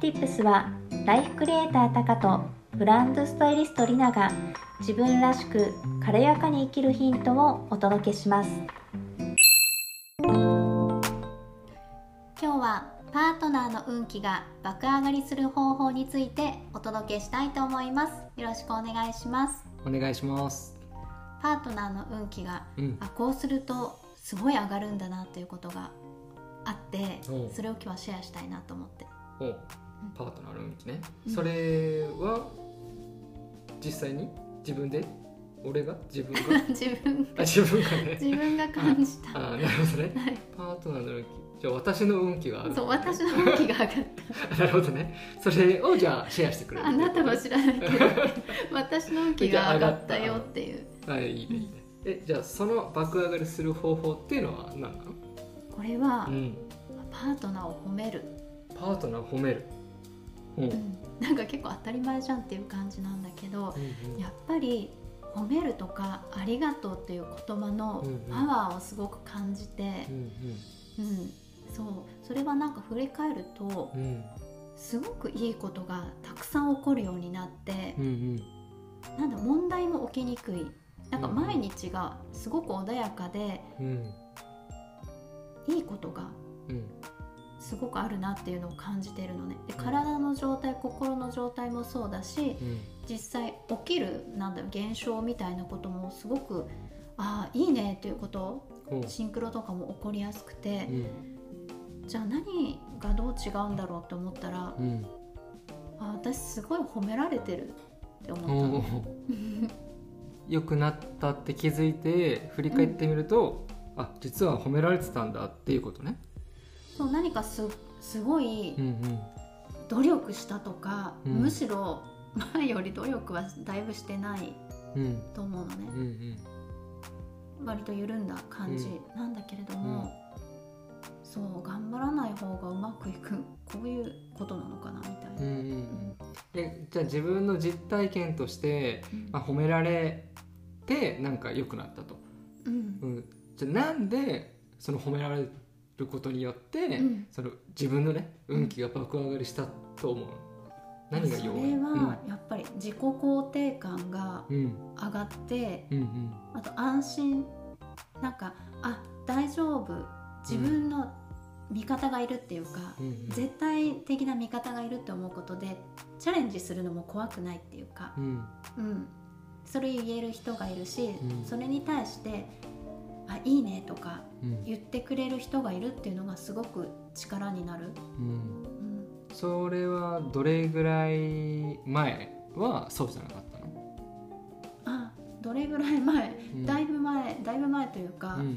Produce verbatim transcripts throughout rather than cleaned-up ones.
Tips はライフクリエイタータカとブランドスタイリストリナが自分らしく軽やかに生きるヒントをお届けします。今日はパートナーの運気が爆上がりする方法についてお届けしたいと思います。よろしくお願いします。 お願いします。 パートナーの運気が、 うん、 あこうするとすごい上がるんだなということがあって、それを今日はシェアしたいなと思って。 おパートナーの運気ね、うん、それは実際に自分で俺が自分が自分が自分がね自分が感じた。 ああなるほどね、はい、パートナーの運気、じゃあ私の運気がある、ね、 そう私の運気が上がったなるほどね、それをじゃあシェアしてくれる。 あなたは知らないけど私の運気が上がったよっていう。 あいいねいいね、うん、えじゃあその爆上がりする方法っていうのは何なの？ これは、 うん、 パートナーを褒める。 パートナーを褒める、 うんうん、なんか結構当たり前じゃんっていう感じなんだけど、うんうん、やっぱり褒めるとかありがとうっていう言葉のパワーをすごく感じて、うんうんうん、そうそれはなんか振り返ると、うん、すごくいいことがたくさん起こるようになって、うんうん、なんだ問題も起きにくい、なんか毎日がすごく穏やかで、うん、いいことが、うんすごくあるなっていうのを感じているのね。で体の状態、心の状態もそうだし、うん、実際起きるなんだろう現象みたいなこともすごくああいいねっていうこと、うん、シンクロとかも起こりやすくて、うん、じゃあ何がどう違うんだろうって思ったら、うん、あ私すごい褒められてるって思ったの良くなったって気づいて振り返ってみると、うん、あ実は褒められてたんだっていうことね。 そう何か す, すごい努力したとか、うんうん、むしろ前より努力はだいぶしてないと思うのね、うんうんうん、割と緩んだ感じなんだけれども、うん、そう頑張らない方がうまくいくこういうことなのかなみたいな、うんうんうん、 でじゃあ自分の実体験として、うんまあ、褒められてなんか良くなったと、うんうん、じゃあなんでその褒められることによって、うん、その自分のね運気が爆上がりしたと思う、うん、何が要因？それはやっぱり自己肯定感が上がって、うんうんうん、あと安心、なんかあ大丈夫、自分の味方がいるっていうか、うんうん、絶対的な味方がいるって思うことでチャレンジするのも怖くないっていうか、うんうん、それ言える人がいるし、うん、それに対してあいいねとか言ってくれる人がいるっていうのがすごく力になる、うんうん、 それはどれぐらい前はそうじゃなかったの？ あどれぐらい前、うん、だいぶ前だいぶ前というか、うん、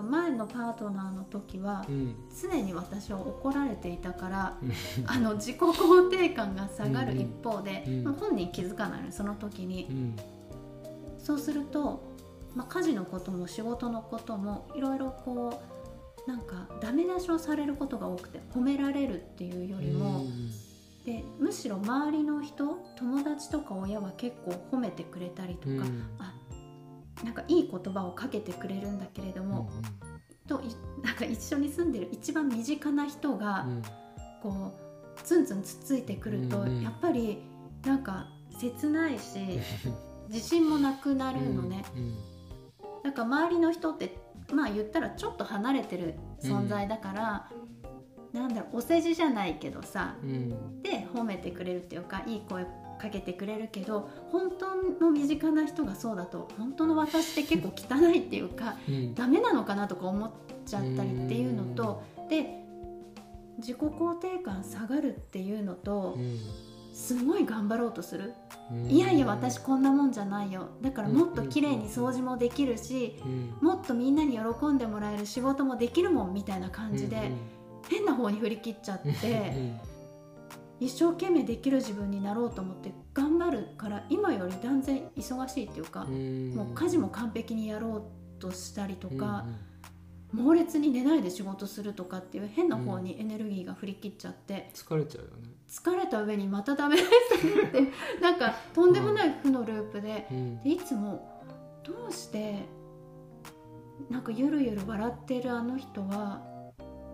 前のパートナーの時は、うん、常に私は怒られていたからあの自己肯定感が下がる一方で、うんうん、本人気づかないのその時に、うん、そうするとまあ、家事のことも仕事のこともいろいろこうなんかダメ出しをされることが多くて、褒められるっていうよりも、でむしろ周りの人、友達とか親は結構褒めてくれたりとか、あなんかいい言葉をかけてくれるんだけれども、となんか一緒に住んでる一番身近な人がこうツンツンつっついてくると、やっぱりなんか切ないし自信もなくなるのね。なんか周りの人ってまあ言ったらちょっと離れてる存在だから、うん、なんだろうお世辞じゃないけどさ、うん、で褒めてくれるっていうかいい声かけてくれるけど、本当の身近な人がそうだと本当の私って結構汚いっていうか、うん、ダメなのかなとか思っちゃったりっていうのと、で自己肯定感下がるっていうのと、うんすごい頑張ろうとする、いやいや私こんなもんじゃないよ、だからもっと綺麗に掃除もできるし、もっとみんなに喜んでもらえる仕事もできるもんみたいな感じで変な方に振り切っちゃって一生懸命できる自分になろうと思って頑張るから、今より断然忙しいっていうか、もう家事も完璧にやろうとしたりとか、猛烈に寝ないで仕事するとかっていう変な方にエネルギーが振り切っちゃって、 うん、疲れちゃうよね。 疲れた上にまたダメですってなんかとんでもない負のループで、うん、でいつもどうしてなんかゆるゆる笑ってるあの人は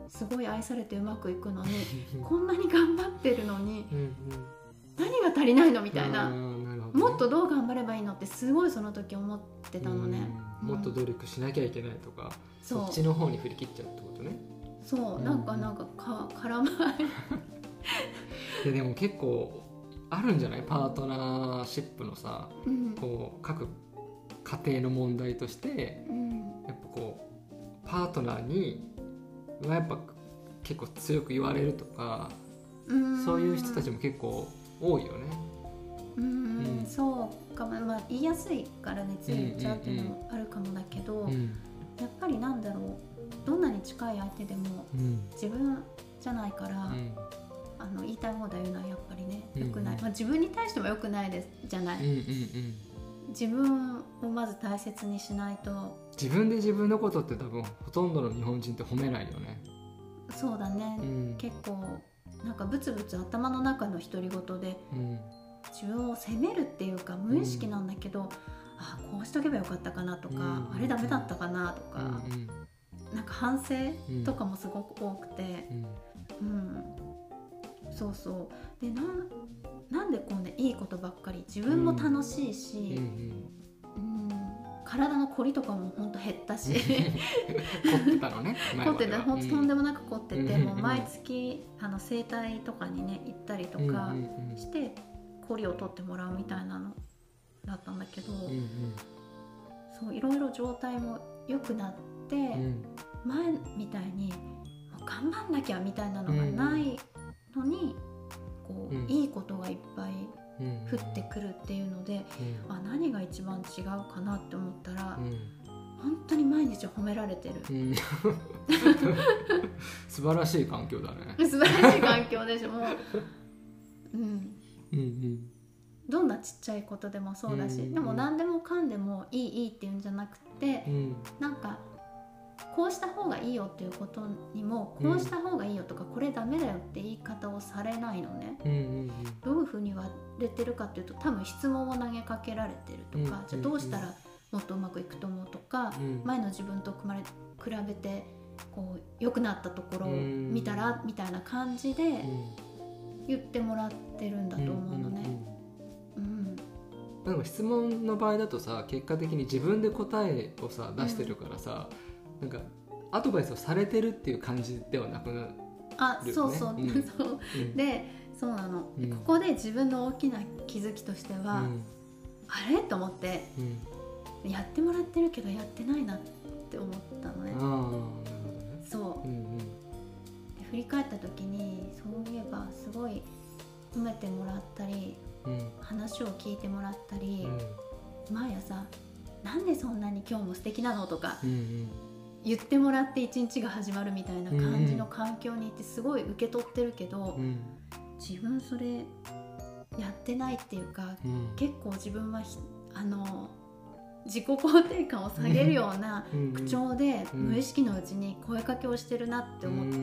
すごい愛されてうまくいくのにこんなに頑張ってるのにうん、うん、何が足りないのみたいな、なるほどね、もっとどう頑張ればいいのってすごいその時思ってたのね、 うん、もっと努力しなきゃいけないとか、うん、そっちの方に振り切っちゃうってことね。 そう、うん、なんかなんかか絡まないいやでも結構あるんじゃない、パートナーシップのさ、うん、こう各家庭の問題として、うん、やっぱこうパートナーにはやっぱ結構強く言われるとか、うん、そういう人たちも結構多いよね。 うん、うん、そうかも、まあ、言いやすいからね強い言っちゃうっていうのもあるかもだけど、うんうんうん、やっぱりなんだろう、どんなに近い相手でも、うん、自分じゃないから、うん、あの言いたい放題言うのはやっぱりね良くない、うんうん、まあ、自分に対しても良くないですじゃない、うんうんうん、自分をまず大切にしないと。 自分で自分のことって多分ほとんどの日本人って褒めないよね。 そうだね、うん、結構なんかブツブツ頭の中の独り言で、うん、自分を責めるっていうか無意識なんだけど、うん、あこうしとけばよかったかなとか、うん、あれダメだったかなとか、うんうん、なんか反省とかもすごく多くて、うんうん、そうそうで な, なんでこうねいいことばっかり、自分も楽しいし、うんうんうん、体の凝りとかもほんと減ったし凝ってたのね凝ってた、ほんととんでもなく凝ってて、うん、もう毎月あの整体とかにね行ったりとかして、うんうんうん、凝りを取ってもらうみたいなのだったんだけど、うんうん、そういろいろ状態も良くなって、うん、前みたいにもう頑張んなきゃみたいなのがないのに、うん、こう、うん、いいことがいっぱい降ってくるっていうので、うん、あ何が一番違うかなって思ったら、うん、本当に毎日褒められてる、うん、 素晴らしい環境だね。 素晴らしい環境でしょもう、うんうんうん、どんなちっちゃいことでもそうだし、うん、でも何でもかんでもいいいいっていうんじゃなくて、うん、なんかこうした方がいいよっていうことにも、こうした方がいいよとか、うん、これダメだよって言い方をされないのね、うんうんうん、どういうふうに言われてるかっていうと、多分質問を投げかけられてるとか、うんうんうん、じゃあどうしたらもっとうまくいくと思うとか、うん、前の自分と比べてこう良くなったところを見たら、うん、みたいな感じで言ってもらってるんだと思うのね、うんうんうん、 なんか質問の場合だとさ、結果的に自分で答えをさ出してるからさ、うん、なんかアドバイスをされてるっていう感じではなくなる、ね、 あ、そうそう、うん、そう、うん、で、そうなの、うん、ここで自分の大きな気づきとしては、うん、あれと思って、うん、やってもらってるけどやってないなって思ったのね。あ、なるほどね。そう、うんうん、で振り返った時に、そういえばすごい褒めてもらったり、うん、話を聞いてもらったり、うん、毎朝なんでそんなに今日も素敵なのとか、うんうん、言ってもらって一日が始まるみたいな感じの環境にいて、すごい受け取ってるけど、うん、自分それやってないっていうか、うん、結構自分はあの自己肯定感を下げるような口調で無意識のうちに声かけをしてるなって思って、うん、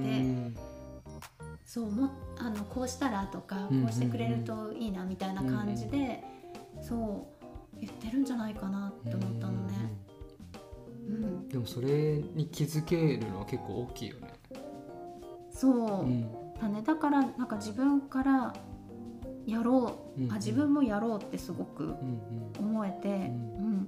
そうもあのこうしたらとか、こうしてくれるといいなみたいな感じで、うん、そう言ってるんじゃないかなって思ったのね、うんうん、 でもそれに気づけるのは結構大きいよね。 そう、うん、だね、だからなんか自分からやろう、うんうん、あ自分もやろうってすごく思えて、うんうんうん、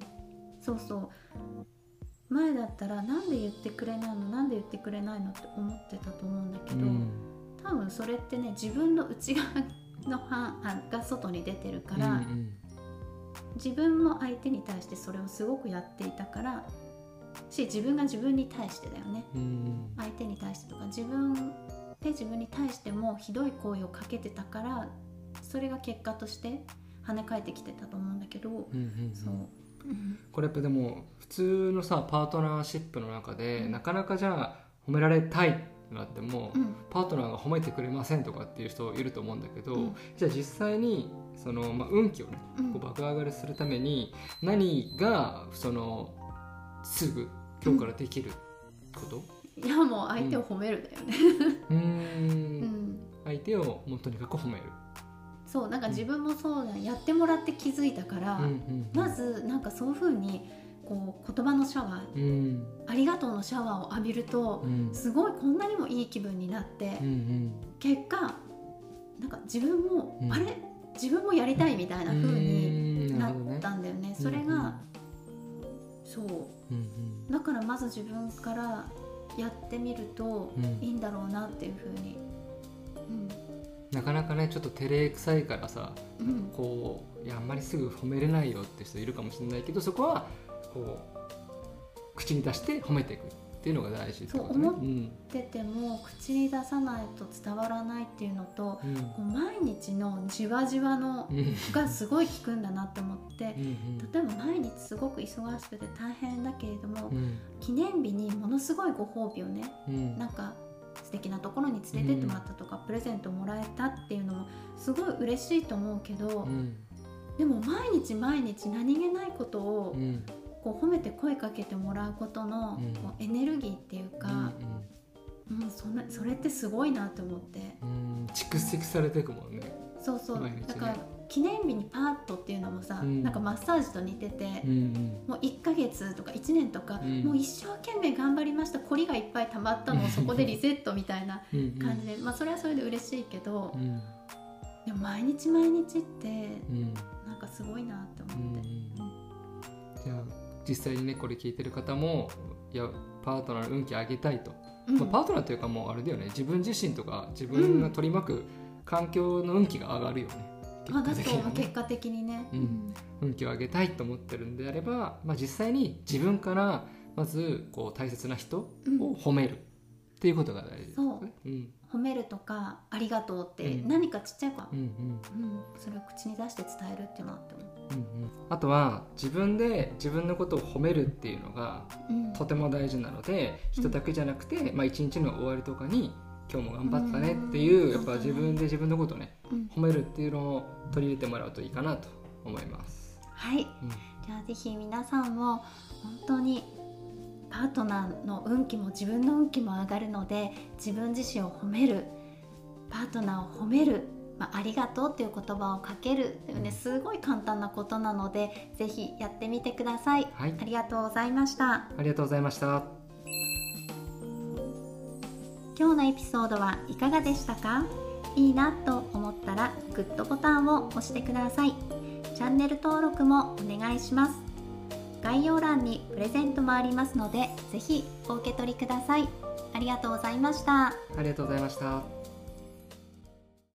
そうそう前だったらなんで言ってくれないのなんで言ってくれないのって思ってたと思うんだけど、うん、多分それってね、自分の内側の範が外に出てるから、うんうん、自分も相手に対してそれをすごくやっていたからし、自分が自分に対してだよね、うん、相手に対してとか自分で自分に対してもひどい行為をかけてたから、それが結果として跳ね返ってきてたと思うんだけど、うんうんうん、そう、うん、 これやっぱでも普通のさパートナーシップの中で、うん、なかなかじゃあ褒められたいってなっても、うん、パートナーが褒めてくれませんとかっていう人いると思うんだけど、うん、じゃあ実際にその、まあ、運気をね、うん、こう爆上がりするために何がそのすぐ今日からできること、 うん、いやもう相手を褒めるだよね、 うん、うーん相手をもうとにかく褒める。 そうなんか自分もそうだ、うん、やってもらって気づいたから、うんうんうん、まずなんかそういう風にこう言葉のシャワー、うん、ありがとうのシャワーを浴びると、うん、すごいこんなにもいい気分になって、うんうん、結果なんか自分も、うん、あれ自分もやりたいみたいな風になったんだよね、うん、それが、うんうん、そう、うんうん、だからまず自分からやってみるといいんだろうなっていう風に、うん、 なかなかねちょっと照れくさいからさ、うん、こういやあんまりすぐ褒めれないよって人いるかもしれないけど、そこはこう口に出して褒めていくっていうのが大事ってことね。 そう思ってても、うん、口に出さないと伝わらないっていうのと、うん、こう毎日のじわじわのがすごい効くんだなって思って、うん、例えば毎日すごく忙しくて大変だけれども、うん、記念日にものすごいご褒美をね、うん、なんか素敵なところに連れてってもらったとか、うん、プレゼントをもらえたっていうのもすごい嬉しいと思うけど、うん、でも毎日毎日何気ないことを、うんこう褒めて声かけてもらうことの、うん、こうエネルギーっていうか、うんうんうん、そ, れそれってすごいなと思って、 うん、蓄積されていくもんね。 そうそう、ね、だから記念日にパーッとっていうのもさ、うん、なんかマッサージと似てて、うんうん、もういっかげつとかいちねんとか、うん、もう一生懸命頑張りました、コリがいっぱい溜まったのをそこでリセットみたいな感じでまあそれはそれで嬉しいけど、うん、でも毎日毎日って、うん、なんかすごいなって思って、うんうん、 じゃあ実際にねこれ聞いてる方もいやパートナーの運気上げたいと、うんまあ、パートナーというかもうあれだよね、自分自身とか自分が取り巻く環境の運気が上がるよね、 うん、結果的にね、結果的にね、 うん、運気を上げたいと思ってるんであれば、まあ、実際に自分からまずこう大切な人を褒めるっていうことが大事ですね、 そう、うん、褒めるとかありがとうって何かちっちゃい子は、うんうんうん、それを口に出して伝えるっていうのはあっても、 うんうん、あとは自分で自分のことを褒めるっていうのがとても大事なので、うん、人だけじゃなくて、まあ、一日の終わりとかに今日も頑張ったねっていう、うん、やっぱ自分で自分のことをね、うん、褒めるっていうのを取り入れてもらうといいかなと思います。 はい、うん、じゃあぜひ皆さんも本当にパートナーの運気も自分の運気も上がるので、自分自身を褒める、パートナーを褒める、まあ、ありがとうっていう言葉をかけるっていうね、すごい簡単なことなのでぜひやってみてください、はい、ありがとうございました。 ありがとうございました。 今日のエピソードはいかがでしたか？いいなと思ったらグッドボタンを押してください。チャンネル登録もお願いします。概要欄にプレゼントもありますのでぜひお受け取りください。ありがとうございました。 ありがとうございました。